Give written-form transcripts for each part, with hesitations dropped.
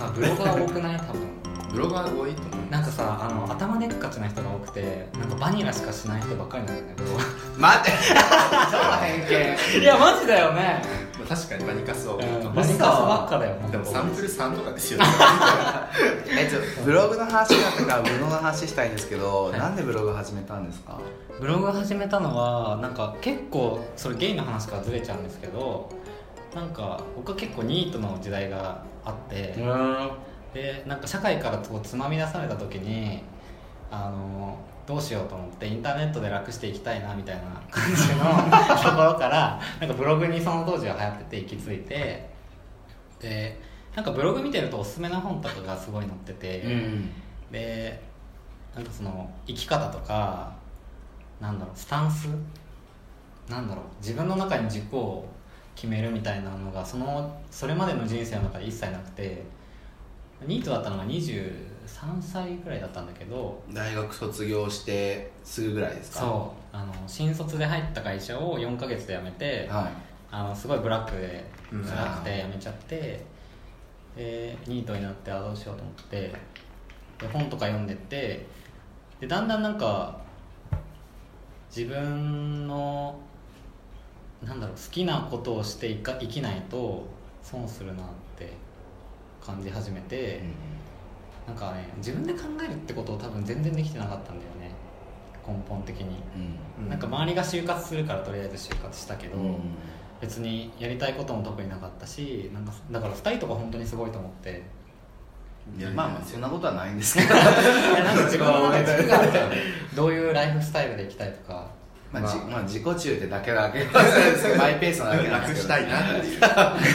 さブロガー多くない？多分ブロガー多いと思う。 なんかさ頭でっかちな人が多くてなんかバニラしかしない人ばっかりなんだよねブロガー待って超偏見。 いやマジだよね、 確かにバニカス多いかも。 バニカスばっかだよ。 でもサンプル3とかですよね。 ブログの話だったからブログの話したいんですけど、 はい、 なんでブログ始めたんですか？ ブログ始めたのはなんか結構それゲイの話からずれちゃうんですけど、なんか僕は結構ニートの時代があって、でなんか社会からこうつまみ出された時にどうしようと思ってインターネットで楽していきたいなみたいな感じのところからなんかブログにその当時は流行ってて行き着いて、でなんかブログ見てるとおすすめな本とかがすごい載ってて、でなんかその生き方とかなんだろうスタンスなんだろう自分の中に軸を決めるみたいなのがそれまでの人生の中で一切なくて、ニートだったのが23歳ぐらいだったんだけど、 大学卒業してすぐぐらいですか？ そう新卒で入った会社を4ヶ月で辞めて、 はい、 すごいブラックで辛くて辞めちゃって、でニートになってどうしようと思ってで本とか読んでってでだんだんなんか自分のなんだろう好きなことをして生きないと損するなって感じ始めて、なんかね自分で考えるってことを多分全然できてなかったんだよね根本的に、なんか周りが就活するからとりあえず就活したけど、別にやりたいことも特になかったし、なんかだから2人とか本当にすごいと思って。 いやまあそんなことはないんですけどなんか自分の軸があったよね。どういうライフスタイルでいきたいとか、 まあ自己中ってだけマイペースなだけなんですけど楽したいなっていう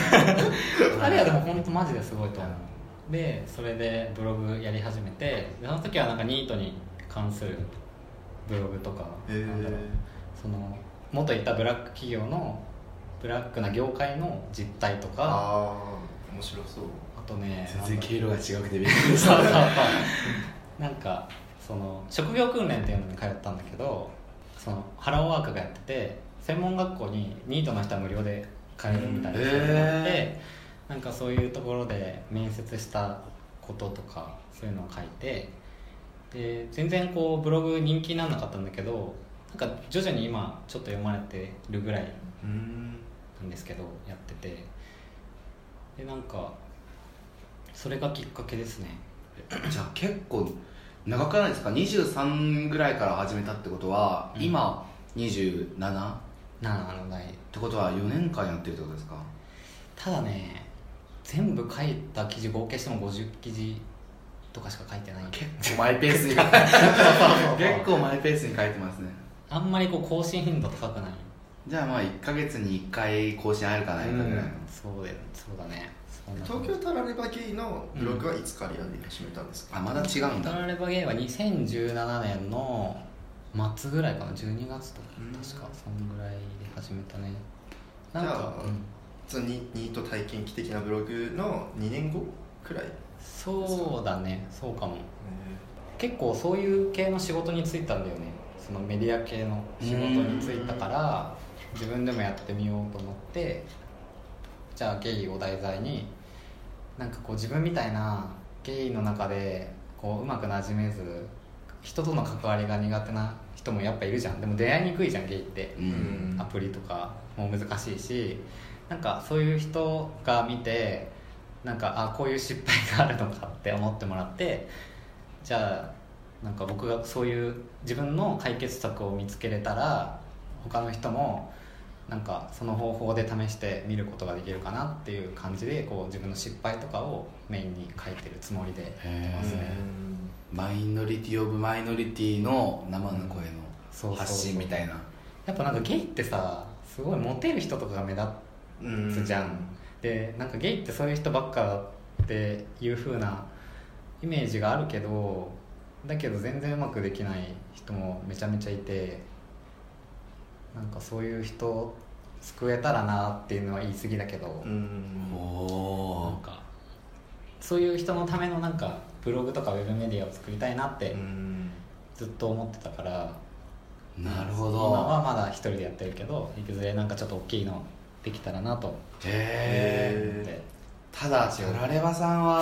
2人はでも本当マジですごいと思う。でそれでブログやり始めて、でその時はなんかニートに関するブログとか、なんだろうその元いたブラック企業のブラックな業界の実態とか、 面白そう。 あとね全然経路が違くてびっくりしそうたなんかその職業訓練っていうのに通ったんだけど、そのハローワークがやってて専門学校にニートの人は無料で通えるみたいなのがあって、なんかそういうところで面接したこととかそういうのを書いて、で全然こうブログ人気にならなかったんだけど、なんか徐々に今ちょっと読まれてるぐらいなんですけどやってて、でなんかそれがきっかけですね。 じゃあ結構長くないですか？23ぐらいから始めたってことは、今 27？ 7の代ってことは4年間やってるってことですか？ ただね全部書いた記事合計しても50記事とかしか書いてない。 結構マイペースに結構マイペースに書いてますね。 あんまりこう更新頻度高くない。 じゃあまあ1ヶ月に1回更新あるかないかぐらいの、 そうだね。 東京タラレバゲイのブログはいつからやり始めたんですか？ まだ違うんだ。 タラレバゲイは2017年の末ぐらいかな、12月とか確かそんぐらいで始めたね。なんかそのニート体験記的なブログの2年後くらい。 そうだね、そうかも。結構そういう系の仕事に就いたんだよね。そのメディア系の仕事に就いたから自分でもやってみようと思って、じゃあゲイを題材になんかこう自分みたいなゲイの中でこううまくなじめず人との関わりが苦手な人もやっぱいるじゃん。でも出会いにくいじゃんゲイって、アプリとかも難しいし、なんかそういう人が見てなんかこういう失敗があるのかって思ってもらって、じゃあなんか僕がそういう自分の解決策を見つけれたら他の人もなんかその方法で試してみることができるかなっていう感じでこう自分の失敗とかをメインに書いてるつもりでやってますね。 マイノリティオブマイノリティの生の声の発信みたいな。 やっぱなんかゲイってさすごいモテる人とかが目立つじゃん。でなんかゲイってそういう人ばっかっていう風なイメージがあるけど、だけど全然うまくできない人もめちゃめちゃいて、なんかそういう人救えたらなっていうのは言い過ぎだけど、なんかそういう人のためのなんかブログとかウェブメディアを作りたいなってずっと思ってたから、 なるほど。 今はまだ一人でやってるけど、いずれなんかちょっと大きいのできたらなと思って。 ただタラレバさんは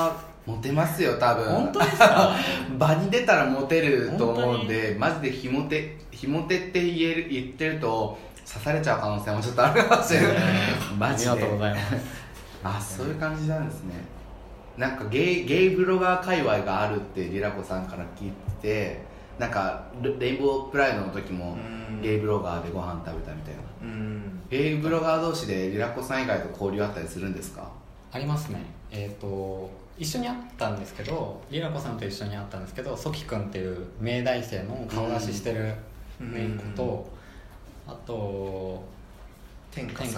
モテますよ多分。 本当ですか？ 場に出たらモテると思うんで、マジでひもてって言ってると刺されちゃう可能性もちょっとあるかもしれない。マジで。 ありがとうございます。 あ、そういう感じなんですね。なんかゲイブロガー界隈があるってリラコさんから聞いてて、なんかレインボープライドの時もゲイブロガーでご飯食べたみたいな。ゲイブロガー同士でリラコさん以外と交流あったりするんですか？ ありますね。一緒に会ったんですけど、リラコさんと一緒に会ったんですけど、ソキ君っていう明大生の顔出ししてる子と、あと天下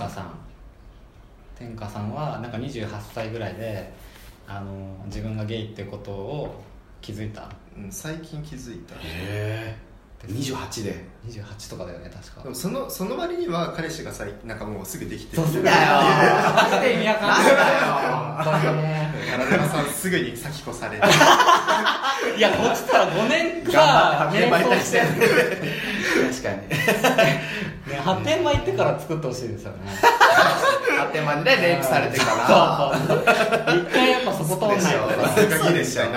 さんはなんか28歳ぐらいで自分がゲイっていうことを気づいた。 最近気づいた。 へえ。28で 28とかだよね確か。 でもその割には彼氏がなんかもうすぐできてる。 そうだよマジで意味わかんない。 なんだよ。 柳田さんすぐに先越される。 いやこっちから5年か発展場行ったりしてる。確かに。 ね、発展場行ってから作ってほしいですよね。 発展場でレイプされてから。 そう一回やっぱそこ通んないと。 それがいいでしょ。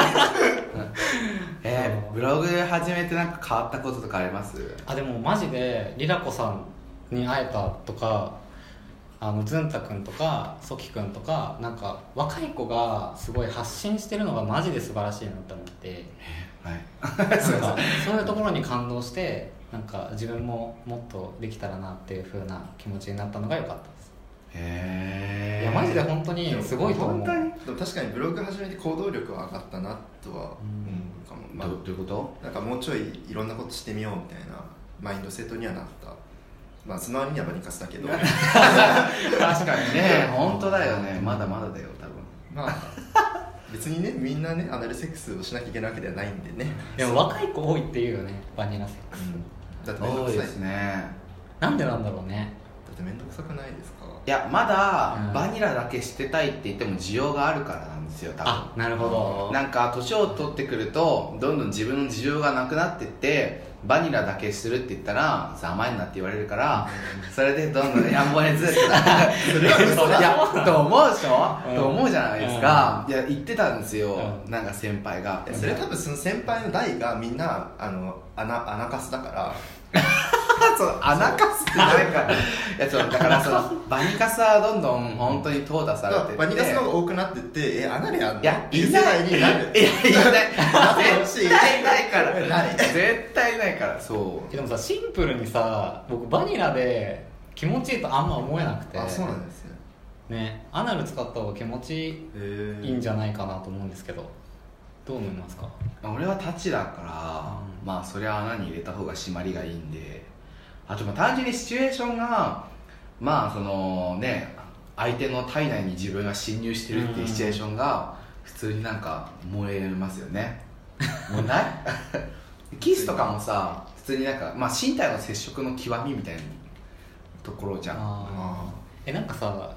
ブログ始めてなんか変わったこととかあります？ でもマジでリラコさんに会えたとか、ズンタ君とかソキ君とか、なんか若い子がすごい発信してるのがマジで素晴らしいなと思って、 はい。 なんかそういうところに感動して、なんか自分ももっとできたらなっていう風な気持ちになったのが良かったです。 へえ。 いやマジで本当にすごいと思う。 でも確かにブログ始めて行動力は上がったなとは思うかも。 どういうこと？ なんかもうちょいいろんなことしてみようみたいなマインドセットにはなった。まあその割にはバニカスだけど。 確かにね、本当だよね。まだまだだよ多分。 まあ別にね、みんなねアナルセックスをしなきゃいけないわけではないんでね。 でも若い子多いっていうよね、バニラセックス。 だってめんどくさい多いですね。 なんでなんだろうね。 だってめんどくさくないですか？ いやまだバニラだけしてたいって言っても需要があるからなんですよ多分。 なるほど。 なんか年を取ってくるとどんどん自分の需要がなくなってってバニラだけするって言ったら甘いなって言われるから、それでどんどんやんぼえずってなる。いやと思うでしょ、と思うじゃないですか。いや言ってたんですよ、なんか先輩が。 それ多分その先輩の代がみんな穴カスだからそう穴カスってないから。いやそうだからそのバニカスはどんどん本当に淘汰されてって、 バニカスの方が多くなってって穴でやんの？ いやいないになる。 いやいない絶対ないからない絶対ないから。そうでもさ、シンプルにさ、僕バニラで気持ちいいとあんま思えなくて。 あ、そうなんですね。 ね、アナル使った方が気持ちいいんじゃないかなと思うんですけど、どう思いますか？ 俺はタチだから、まあそりゃ穴に入れた方が締まりがいいんで、あと単純にシチュエーションがまあそのね、相手の体内に自分が侵入してるっていうシチュエーションが普通になんか燃えますよね。もうないキスとかもさ、普通になんか、まあ、身体の接触の極みみたいなところじゃん。 なんかさ、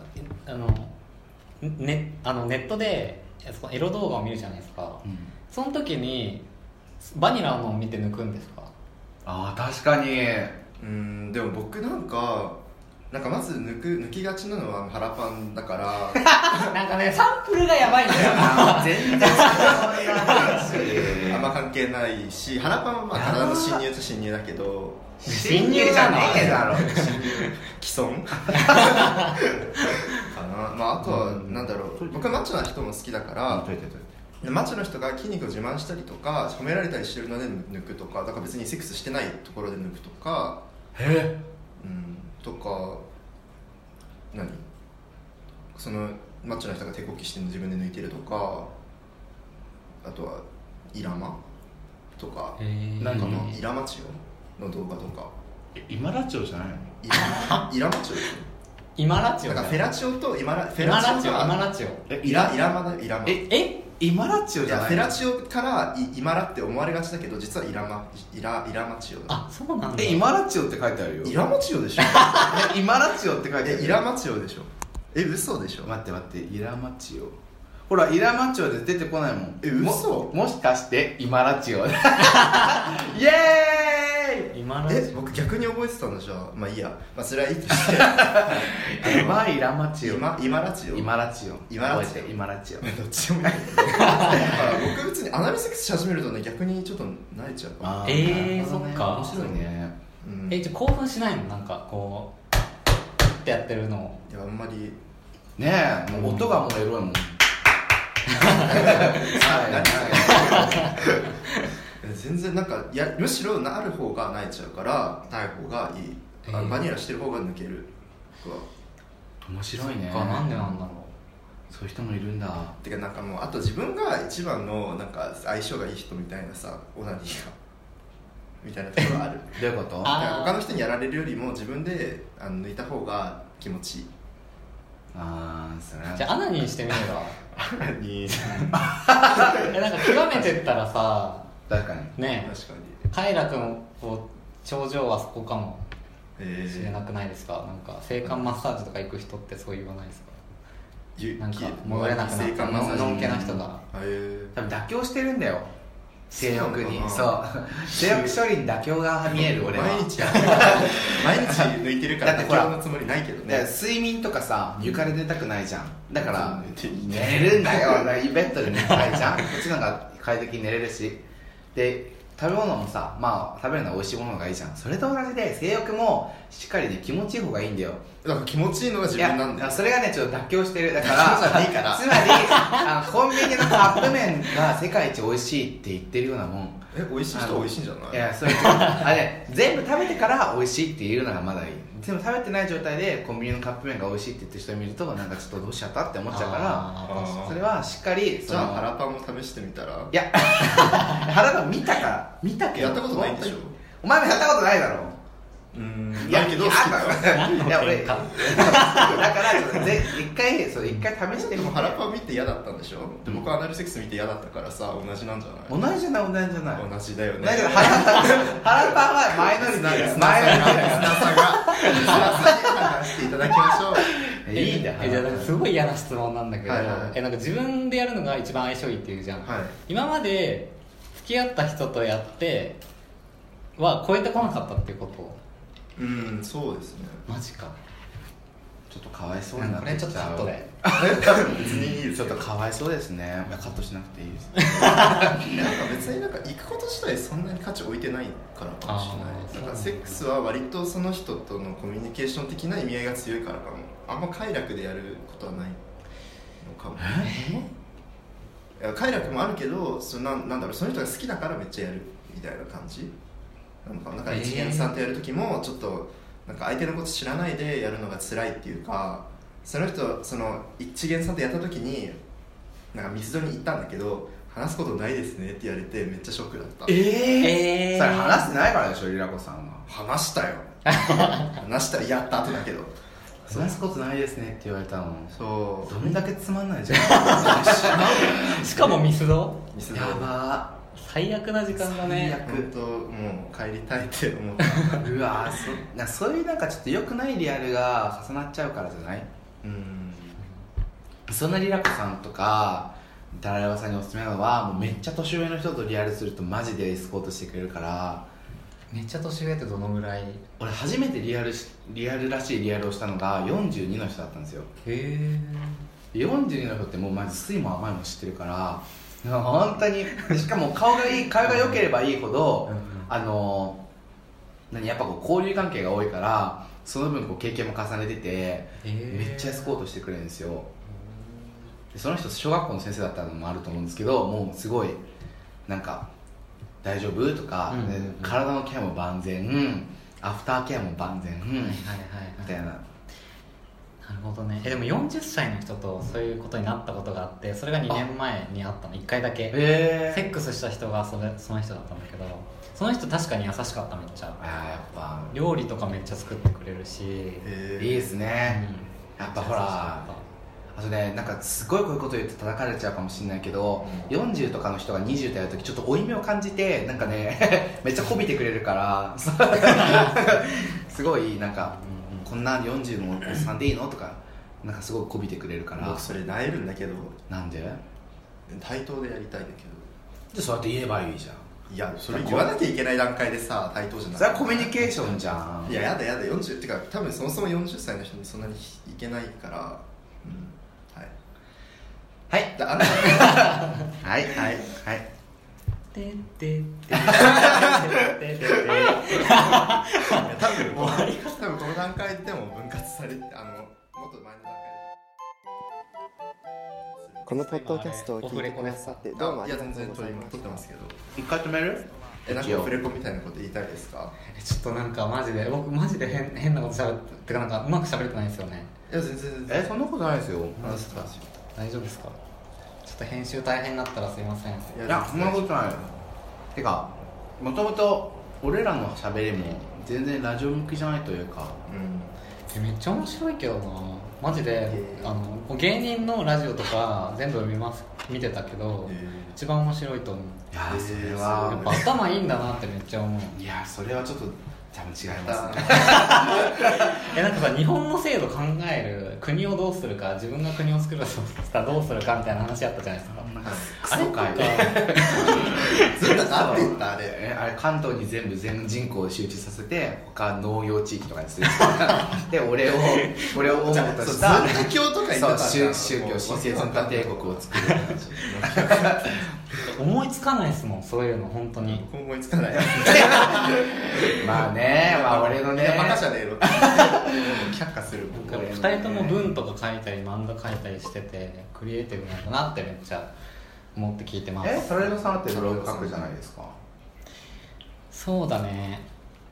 ネットでエロ動画を見るじゃないですか、その時にバニラのを見て抜くんですか？ ああ、確かに。 でも僕なんかまず抜きがちなのは腹パンだからなんかね、サンプルがやばいんだよ全然あんま関係ないし、腹パンはまあ体の侵入と侵入だけど、 侵入じゃねえだろ既存かな。まああとはなんだろう、僕はマッチョな人も好きだから、マッチョの人が筋肉を自慢したりとか褒められたりしてるので抜くとか、だから別にセックスしてないところで抜くとか、とか、そのマッチョな人が手こきして自分で抜いてるとか、あとはイラマとか、なんかのイラマチオの動画とか。 イマラチオじゃないの？ イラマチオでしょ。 イマラチオ。 なんかフェラチオとイマラチオ。 イマラチオ。 イラマだよ、イラマ。 イマラチオじゃないの？ フェラチオからイマラって思われがちだけど、実はイラマチオだ。 あ、そうなんだ。 イマラチオって書いてあるよ。 イラマチオでしょ。 イマラチオって書いてある。 イラマチオでしょ。嘘でしょ。 待って、イラマチオ。ほら、イラマチオで出てこないもん。 嘘？ もしかしてイマラチオ。イエーイ。 イマ僕逆に覚えてたのじゃあまあいいや、まあ、それはいいとしてイラマチオイマラチオイマラチオ覚えてイマラチオどっちでもいいんだけど僕別にアナルセックスし始めるとね逆にちょっと慣れちゃうかも。 そっか面白いね、 じゃあ興奮しないの？なんかこうってやってるの。 いやあんまりねえ、もう音がもうエロいもん全然なんかむしろなる方が慣れちゃうからない方がいい、バニラしてる方が抜ける。 面白いね。 なんでなんだろう。そういう人もいるんだ。 てかなんかもうあと自分が一番のなんか相性がいい人みたいなさオナニーがみたいなところあるどういうこと？ 他の人にやられるよりも自分で抜いた方が気持ちいい。 それじゃあアナニーしてみればアナニーなんか極めてったらさ確かにね確かに快楽のこう頂上はそこかもしれなくないですか？なんか性感マッサージとか行く人ってそう言わないですか？なんか戻れなくなったのんけな人が多分妥協してるんだよ、性欲に。そう性欲処理に妥協が見える俺は。 毎日抜いてるからだってほら妥協のつもりないけどね。 睡眠とかさ床で寝たくないじゃん。だから寝るんだよ。ベッドで寝たいじゃんこっちの方が快適に寝れるし、で食べ物もさ、まあ食べるのは美味しいものがいいじゃん。それと同じで性欲もしっかりね気持ちいい方がいいんだよ。 だから気持ちいいのが自分なんだよ。 それがねちょっと妥協してる。だからつまりコンビニのカップ麺が世界一美味しいって言ってるようなもん。 美味しい人は美味しいんじゃない？ いやそれ全部食べてから美味しいって言うのがまだいい。全部食べてない状態でコンビニのカップ麺が美味しいって言ってる人を見るとなんかちょっとどうしちゃったって思っちゃうから、それはしっかりじゃあ腹パンも試してみたら。 いや腹パン見たけどやったことないんでしょ？ お前もやったことないだろ。 いやけど好きだよ。 いや俺だから一回試してみて。 でも腹パン見て嫌だったんでしょ？で僕はアナルセックス見て嫌だったからさ同じなんじゃない？ 同じじゃない同じだよね。 だけど腹パンは前乗りなんだよ。前乗りなんだよ。 リスナーさんに判断していただきましょう。 いいんだよ。 じゃあなんかすごい嫌な質問なんだけど、なんか自分でやるのが一番相性いいっていうじゃん、今まで付き合った人とやっては超えてこなかったっていうこと？ そうですね。 マジか。 ちょっとかわいそうになってきちゃう。 これちょっとカットで別にいいです。 ちょっとかわいそうですね。カットしなくていいです。 なんか別になんか行くこと自体そんなに価値置いてないからかもしれない。なんかセックスは割とその人とのコミュニケーション的な意味合いが強いからかも。あんま快楽でやることはないのかも。いや快楽もあるけどなんだろう、その人が好きだからめっちゃやるみたいな感じなのか。だから一元さんとやる時もちょっとなんか相手のこと知らないでやるのが辛いっていうか、その人その一元さんとやった時になんかミスドに行ったんだけど話すことないですねって言われてめっちゃショックだった。 それ話してないからでしょリラコさんは。 話したよ話したらやった後だけど話すことないですねって言われたの。 そうどんだけつまんないじゃんしかもミスドやば最悪な時間だね。 本当もう帰りたいって思ったうわそういうなんかちょっと良くないリアルが重なっちゃうからじゃない？そんなリラコさんとかダラヤワさんにおすすめなのはもうめっちゃ年上の人とリアルするとマジでエスコートしてくれるから。 めっちゃ年上ってどのぐらい？俺初めてリアルらしいリアルをしたのが42の人だったんですよ。 へえ。 42の人ってもうまず酸いも甘いも知ってるから本当にしかも顔が良ければいいほどやっぱこう交流関係が多いからその分こう経験も重ねててめっちゃエスコートしてくれるんですよ。でその人小学校の先生だったのもあると思うんですけどもうすごいなんか大丈夫とか、体のケアも万全、アフターケアも万全、みたいな。なるほどね。でも40歳の人とそういうことになったことがあって、それが2年前にあったの。1回だけ、セックスした人がその人だったんだけど、その人確かに優しかった。めっちゃやっぱ料理とかめっちゃ作ってくれるし、 いいですね、やっぱほらあとね、なんかすごいこういうこと言って叩かれちゃうかもしれないけど、40とかの人が20とやるときちょっと負い目を感じてなんかねめっちゃこびてくれるからすごいなんか、こんな40のおっさんでいいのとかなんかすごいこびてくれるから。 僕それ萎えるんだけど。 なんで？ 対等でやりたいんだけど。 じゃあそうやって言えばいいじゃん。 いやそれ言わなきゃいけない段階でさ対等じゃない。 それはコミュニケーションじゃん。 いややだ40ってか多分そもそも40歳の人にそんなにいけないから、はいはいはいはいはいてってって多分この段階でも分割されてもっと前の段階でこのポッドキャストを聞いてくださってどうもありがとうございます。 撮ってますけど一回止める？ なんかオフレコみたいなこと言いたいですか？ ちょっとなんかマジで僕マジで変なこと喋ってかなんかうまく喋れてないですよね。 いや全然そんなことないですよ。 大丈夫ですか？ちょっと編集大変になったらすいません。 いやそんなことない。てかもともと俺らの喋りも全然ラジオ向きじゃないというか、 めっちゃ面白いけどなマジで。芸人のラジオとか全部見てたけど、一番面白いと思う。 いやそれはやっぱ頭いいんだなってめっちゃ思う。 いやそれはちょっと多分違いますね。 なんかさ日本の制度考える国をどうするか自分が国を作るとしたらどうするかみたいな話あったじゃないですか。 クソかいずっとなんて言ったあれ関東に全人口を集中させて他農業地域とかにするで俺を主としたずっと教とか言ってた宗教神聖文化帝国を作る思いつかないですもんそういうの本当に。 思いつかないまあね俺のねバカじゃねえの却下する。 2人とも文とか書いたり漫画書いたりしててクリエイティブなんだなってめっちゃ思って聞いてます。 それのさんってブログ書くじゃないですか。 そうだね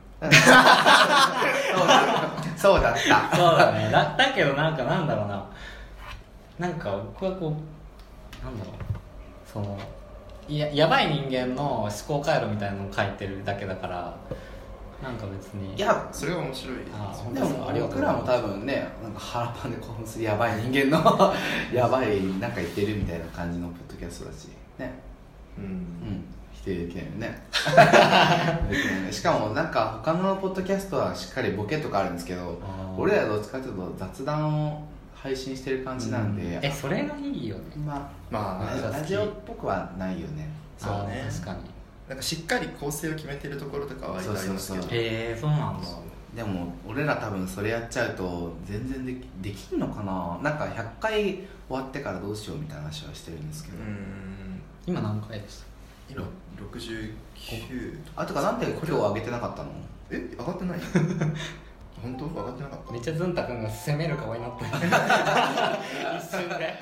そうだったそうだねだけどなんだろうななんか僕はこうなんだろうそのやばい人間の思考回路みたいなのを書いてるだけだからなんか別にいやそれは面白い。 でも僕らも多分ねなんか腹パンで興奮するやばい人間のやばいなんか言ってるみたいな感じのポッドキャストだしね否定できないよねしかもなんか他のポッドキャストはしっかりボケとかあるんですけど俺らどっちかというと雑談を配信してる感じなんで、 それがいいよね。 まあラジオっぽくはないよね。 そうね確かになんかしっかり構成を決めてるところとかは割とありますけど。 そうなんだ。 でも俺ら多分それやっちゃうと全然できんのかな。なんか100回終わってからどうしようみたいな話はしてるんですけど。 今何回でした？ 今69。 とかなんで今日上げてなかったの？ 上がってない本当？上がってなかった。 めっちゃずんたくんが攻める顔になって一瞬で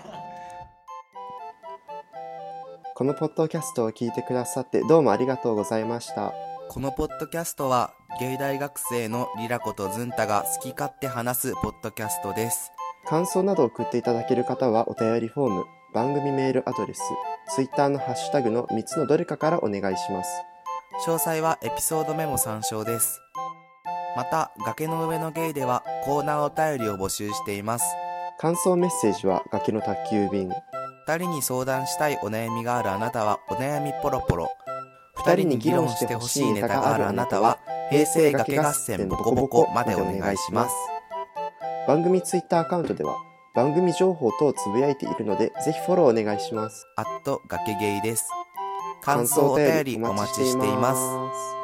このポッドキャストを聞いてくださってどうもありがとうございました。 このポッドキャストは芸大学生のリラコとズンタが好き勝手話すポッドキャストです。 感想などを送っていただける方はお便りフォーム、番組メールアドレス、ツイッターのハッシュタグの3つのどれかからお願いします。 詳細はエピソードメモ参照です。また崖の上のゲイではコーナーお便りを募集しています。 感想メッセージは崖の宅急便。 2人に相談したいお悩みがあるあなたはお悩みポロポロ。2人に議論してほしいネタがあるあなたは平成崖合戦ボコボコまでお願いします。 番組ツイッターアカウントでは番組情報等をつぶやいているのでぜひフォローお願いします。 崖ゲイです。感想お便りお待ちしています。